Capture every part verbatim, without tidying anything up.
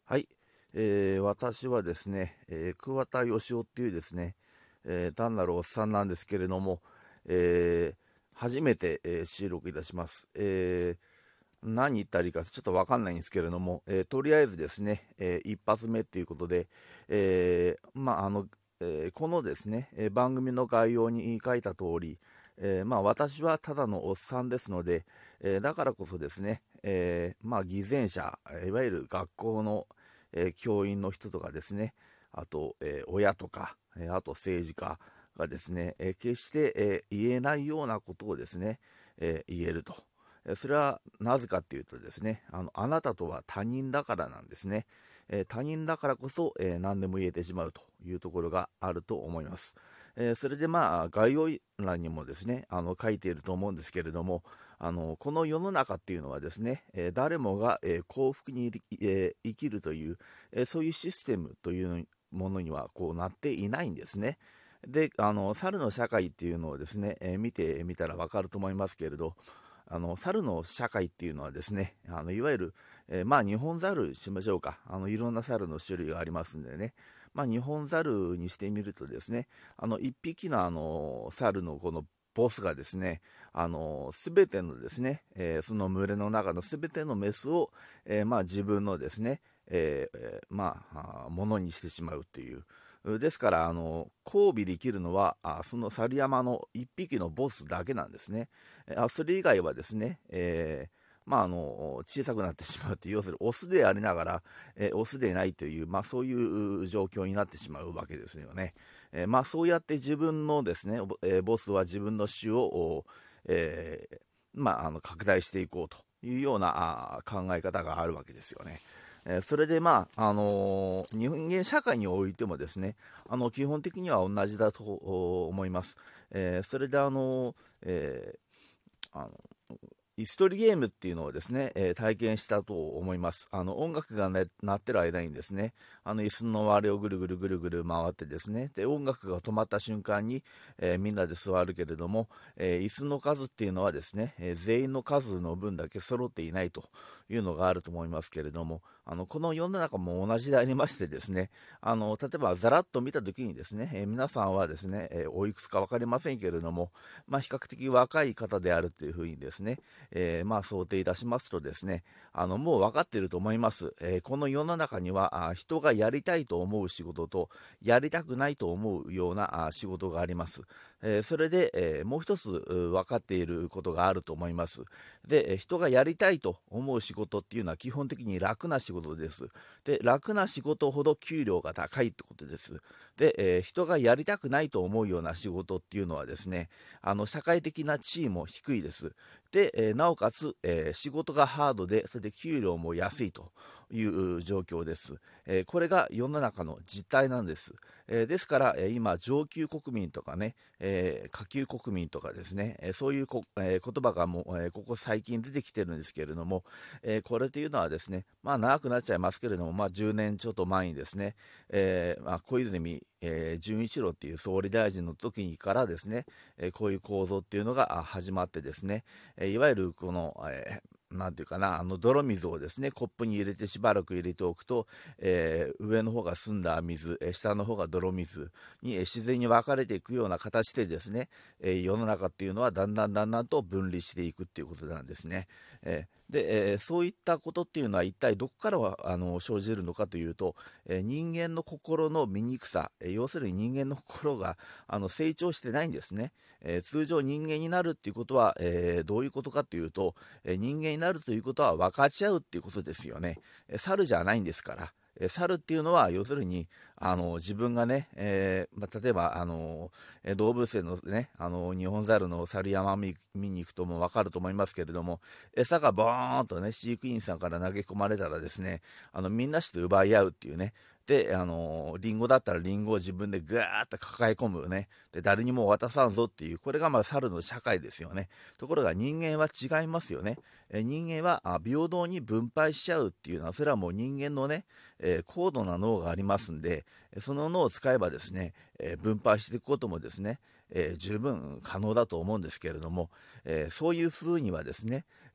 はい、えー私はですね、えー桑田義雄っていうですね、えー単なるおっさんなんですけれども、えー初めて、えー収録いたします。えー何言ったらいいかちょっとわかんないんですけれども、えーとりあえずですね、えー一発目っていうことで、えーまあ、あの、えーこのですね、えー番組の概要に書いた通り、えーまあ、私はただのおっさんですので、えーだからこそですね、えーまあ、偽善者、いわゆる学校の、えー教員の人とかですね、あと、えー親とか、えーあと政治家がですね、えー決して、えー言えないようなことをですね、えー言えると。えーそれはなぜかっていうとですね、あの、あなたとは他人だからなんですね。えー他人だからこそ、えー何でも言えてしまうというところがあると思います。えーそれでまあ、概要欄にもですね、あの、書いていると思うんですけれども、あの、この世の中っていうのはですね、えー誰もが、えー幸福に、えー生きるという、えーそういうシステムというものにはこうなっていないんですね。で、あの、猿の社会っていうのをですね、えー見てみたらわかると思いますけれど、あの、猿の社会っていうのはですね、あの、いわゆる、えーまあ、日本猿しましょうか。あの、いろんな猿の種類がありますんでね。まあ、日本猿にしてみるとですね、あの、一匹のあの、猿のこのボスがですね、あの、すべてのですね、えーその群れの中のすべてのメスを、えーまあ、自分のですね、えーえーまあ、あものにしてしまうっていう。ですから、あの、交尾できるのは、あその猿山の一匹のボスだけなんですね。あそれ以外はですね、えーまあ、あの小さくなってしまうという、要するにオスでありながら、えーオスでないという、まあ、そういう状況になってしまうわけですよね。えーまあ、そうやって自分のですね、えーボスは自分の種を、えーまあ、あの拡大していこうというようなあ考え方があるわけですよね。えーそれでまあ、あのー人間社会においてもですね、あの基本的には同じだと思います。えーそれであのーえーあの椅子取りゲームっていうのをですね、えー体験したと思います。あの音楽が、ね、鳴ってる間にですね、あの椅子の周りをぐるぐるぐるぐる回ってですね、で音楽が止まった瞬間に、えーみんなで座るけれども、えー椅子の数っていうのはですね、えー全員の数の分だけ揃っていないというのがあると思いますけれども、あのこの世の中も同じでありましてですね、あの例えばざらっと見た時にですね、えー皆さんはですね、えーおいくつか分かりませんけれども、まあ、比較的若い方であるというふうにですね、えーまあ、想定いたしますとですね、あのもう分かっていると思います。えーこの世の中にはあ人がやりたいと思う仕事とやりたくないと思うようなあ仕事があります。えーそれで、えーもう一つう分かっていることがあると思います。で、えー人がやりたいと思う仕事っていうのは基本的に楽な仕事です。で、楽な仕事ほど給料が高いってことです。で、えー人がやりたくないと思うような仕事っていうのはですね、あの社会的な地位も低いです。で、えーなおかつ、えー仕事がハードで、それで給料も安いという状況です。えーこれが世の中の実態なんです。えーですから、えー今、上級国民とかね、えー下級国民とかですね、えーそういうこ、えー言葉がもう、えーここ最近出てきてるんですけれども、えーこれというのはですね、まあ長くなっちゃいますけれども、まあじゅうねんちょっと前にですね、えーまあ、小泉、えー純一郎っていう総理大臣の時からですね、えーこういう構造っていうのがあ始まってですね、えーいわゆるこの、えーなんていうかな、あの泥水をですね、コップに入れてしばらく入れておくと、えー上の方が澄んだ水、えー下の方が泥水に、えー自然に分かれていくような形でですね、えー世の中っていうのはだんだんだんだんと分離していくっていうことなんですね。えーで、えーそういったことっていうのは一体どこからはあの生じるのかというと、えー人間の心の醜さ、えー要するに人間の心があの成長してないんですね。えー通常人間になるっていうことは、えーどういうことかというと、えー人間になるということは分かち合うっていうことですよね。えー猿じゃないんですから。えー猿っていうのは要するにあの自分がね、えーまあ、例えばあの、えー動物園のね、あの日本猿の猿山見見に行くとも分かると思いますけれども、餌がボーンとね飼育員さんから投げ込まれたらですね、あのみんなして奪い合うっていうね。で、あのーリンゴだったらリンゴを自分でぐーっと抱え込むね。で、誰にも渡さんぞっていう、これがまあ猿の社会ですよね。ところが人間は違いますよね。え人間はあ平等に分配しちゃうっていうのは、それはもう人間のね、えー高度な脳がありますんで、その脳を使えばですね、えー分配していくこともですね、えー十分可能だと思うんですけれども、えーそういう風にはですね、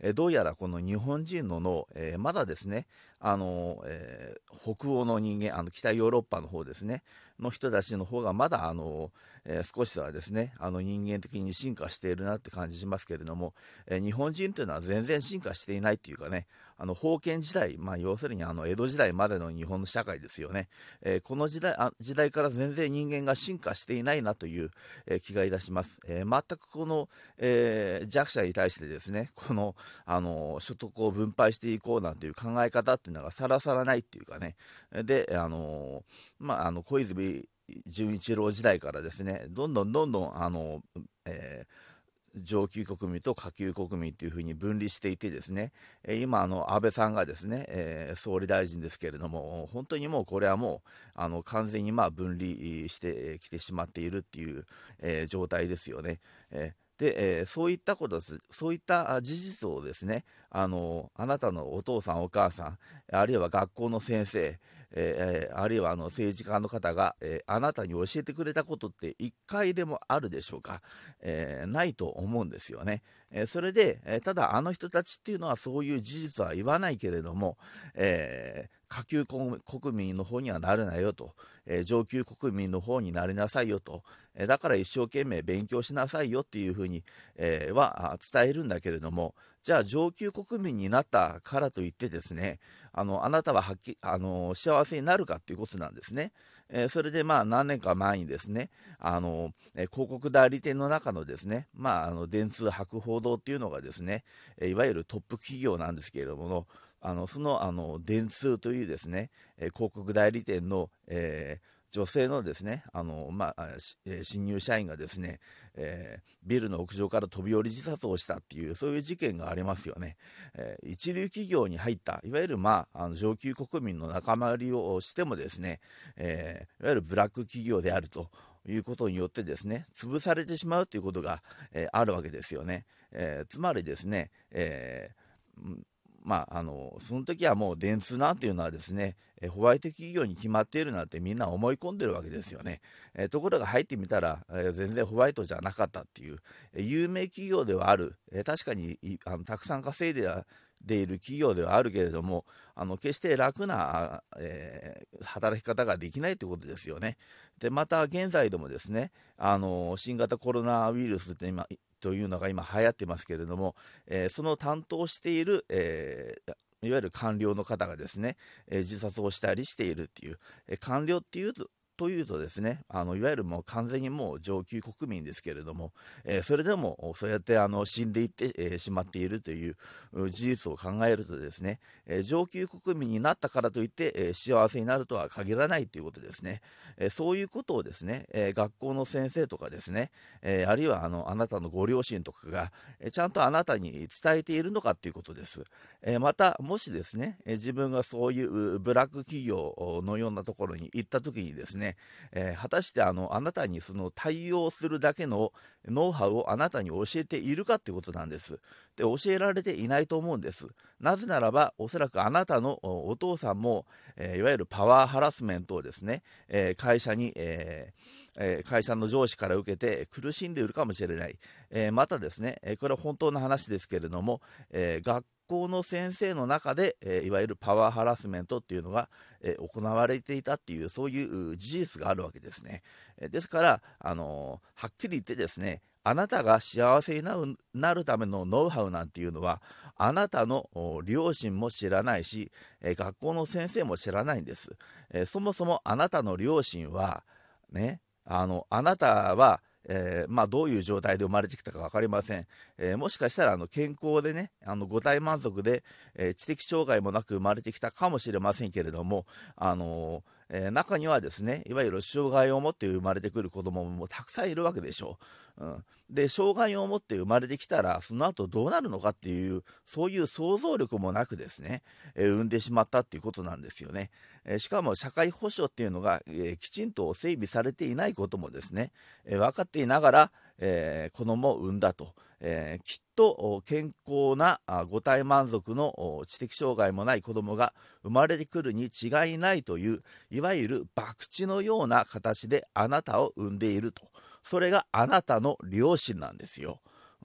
えーどうやらこの日本人の脳、えーまだですね、あのえー北欧の人間、あの北ヨーロッパの方ですね、の人たちの方がまだ、あのえー少しはですね、あの人間的に進化しているなって感じしますけれども、えー日本人というのは全然進化していないっていうかね、あの封建時代、まあ、要するにあの江戸時代までの日本の社会ですよね、えーこの時代あ時代から全然人間が進化していないなという、えー気がいたします。えー全くこの、えー弱者に対してですね、この、あの所得を分配していこうなんていう考え方っていうのがさらさらないっていうかね、で、あのまあ、あの小泉純一郎時代からですね、どんどんどんどん、あのえー上級国民と下級国民というふうに分離していてですね、えー今あの安倍さんがですね、えー総理大臣ですけれども、本当にもうこれはもうあの完全にまあ分離してきてしまっているっていう、えー状態ですよね。えーで、えーそういったことです、そういったあ事実をですね、あのあなたのお父さん、お母さん、あるいは学校の先生、えーあるいはあの政治家の方が、えーあなたに教えてくれたことっていっかいでもあるでしょうか。えーないと思うんですよね。えーそれで、えーただあの人たちっていうのはそういう事実は言わないけれども、えー下級国民の方にはなれないよと、えー上級国民の方になりなさいよと、えーだから一生懸命勉強しなさいよっていうふうに、えーは伝えるんだけれども、じゃあ上級国民になったからといってですね、あのあなたははっきあの幸せになるかっていうことなんですね。えーそれでまあ何年か前にですね、あのえー広告代理店の中のですね、まあ、あの電通博報堂っていうのがですね、えーいわゆるトップ企業なんですけれども、あのそのあの電通というですね、えー広告代理店の、えー女性のですね、あのまあ、しえー新入社員がですね、えービルの屋上から飛び降り自殺をしたっていう、そういう事件がありますよね。えー一流企業に入った、いわゆる、まあ、あの上級国民の仲間入りをしてもですね、えーいわゆるブラック企業であるということによってですね、潰されてしまうということが、えーあるわけですよね。えーつまりですね、えーうんまあ、あのその時はもう電通なんていうのはですね、えーホワイト企業に決まっているなんてみんな思い込んでるわけですよね。えーところが入ってみたら、えー全然ホワイトじゃなかったっていう、えー有名企業ではある、えー確かにいあのたくさん稼いででいる企業ではあるけれども、あの決して楽な、えー働き方ができないということですよね。でまた現在でもですね、あの新型コロナウイルスって今というのが今流行ってますけれども、えーその担当している、えーいわゆる官僚の方がですね、えー自殺をしたりしているっていう、えー官僚っていうとというとですね、あのいわゆるもう完全にもう上級国民ですけれども、えーそれでもそうやってあの死んでいって、えーしまっているというう事実を考えるとですね、えー上級国民になったからといって、えー幸せになるとは限らないということですね。えーそういうことをですね、えー学校の先生とかですね、えーあるいはあのあなたのご両親とかが、えーちゃんとあなたに伝えているのかということです。えーまた、もしですね、えー自分がそういうブラック企業のようなところに行った時にですね、えー果たしてあのあなたにその対応するだけのノウハウをあなたに教えているかということなんです。で、教えられていないと思うんです。なぜならば、おそらくあなたのおお父さんも、えーいわゆるパワーハラスメントをですね、えー会社に、えーえー会社の上司から受けて苦しんでいるかもしれない。えーまたですね、えーこれは本当の話ですけれども、えー学校の先生の中で、えーいわゆるパワーハラスメントっていうのが、えー行われていたっていう、そういう事実があるわけですね。えーですから、あのーはっきり言ってですね、あなたが幸せになるなるためのノウハウなんていうのは、あなたの両親も知らないし、えー学校の先生も知らないんです。えーそもそもあなたの両親は、ね、あのあなたは、えーまあ、どういう状態で生まれてきたか分かりません。えーもしかしたらあの健康でね、あの五体満足で、えー知的障害もなく生まれてきたかもしれませんけれども、あのーえー中にはですね、いわゆる障害を持って生まれてくる子供もたくさんいるわけでしょう。うん、で、障害を持って生まれてきたら、その後どうなるのかっていう、そういう想像力もなくですね、えー産んでしまったっていうことなんですよね。えーしかも社会保障っていうのが、えーきちんと整備されていないこともですね、えー分かっていながら、えー子供を産んだと。えーきっと健康な五体満足の知的障害もない子供が生まれてくるに違いないという、いわゆる博打のような形であなたを産んでいると。それがあなたの両親なんですよ。うん、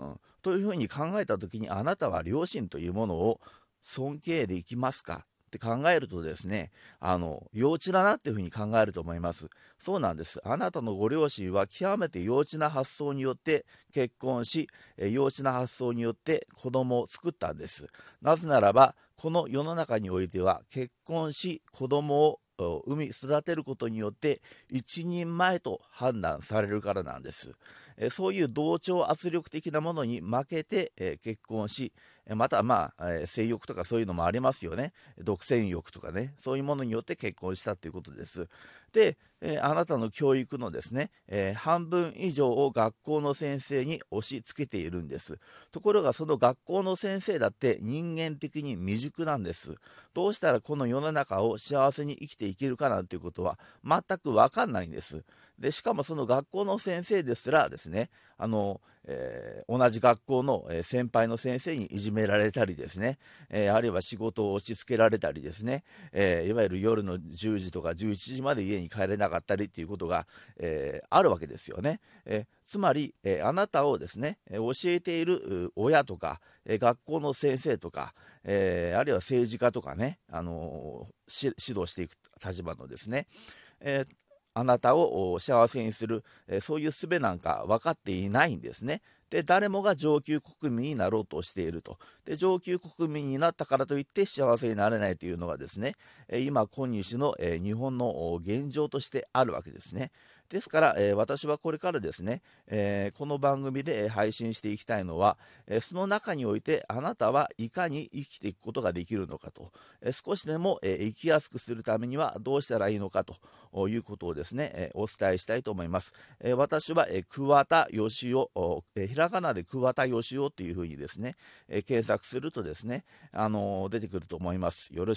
というふうに考えたときに、あなたは両親というものを尊敬でいきますかって考えるとですね、あの幼稚だなっていうふうに考えると思います。そうなんです。あなたのご両親は極めて幼稚な発想によって結婚し、え幼稚な発想によって子供を作ったんです。なぜならば、この世の中においては、結婚し子供を産み育てることによって一人前と判断されるからなんです。えそういう同調圧力的なものに負けて、え結婚し、またまあ、え性欲とかそういうのもありますよね。独占欲とかね、そういうものによって結婚したということです。で、えあなたの教育のですね、えー、半分以上を学校の先生に押し付けているんです。ところがその学校の先生だって人間的に未熟なんです。どうしたらこの世の中を幸せに生きていけるかなんていうことは全く分かんないんです。でしかもその学校の先生ですらですね、あの、えー、同じ学校の先輩の先生にいじめられたりですね、えー、あるいは仕事を押し付けられたりですね、えー、いわゆる夜のじゅうじとかじゅういちじまで家に帰れなかったりっていうことが、えー、あるわけですよね。えー、つまり、えー、あなたをですね、教えている親とか、えー、学校の先生とか、えー、あるいは政治家とかね、あのー、指導していく立場のですね、えーあなたを幸せにする、えー、そういう術なんか分かっていないんですね。で、誰もが上級国民になろうとしていると。で、上級国民になったからといって幸せになれないというのがですね、えー、今、今日の、えー、日本の現状としてあるわけですね。ですから、えー、私はこれからですね、えー、この番組で配信していきたいのは、えー、その中においてあなたはいかに生きていくことができるのかと、えー、少しでも、えー、生きやすくするためにはどうしたらいいのかということをですね、えー、お伝えしたいと思います。えー、私は、えー、桑田義雄、えー、ひらがなで桑田義雄っていうふうにですね、えー、検索するとですね、あのー、出てくると思います。よろしく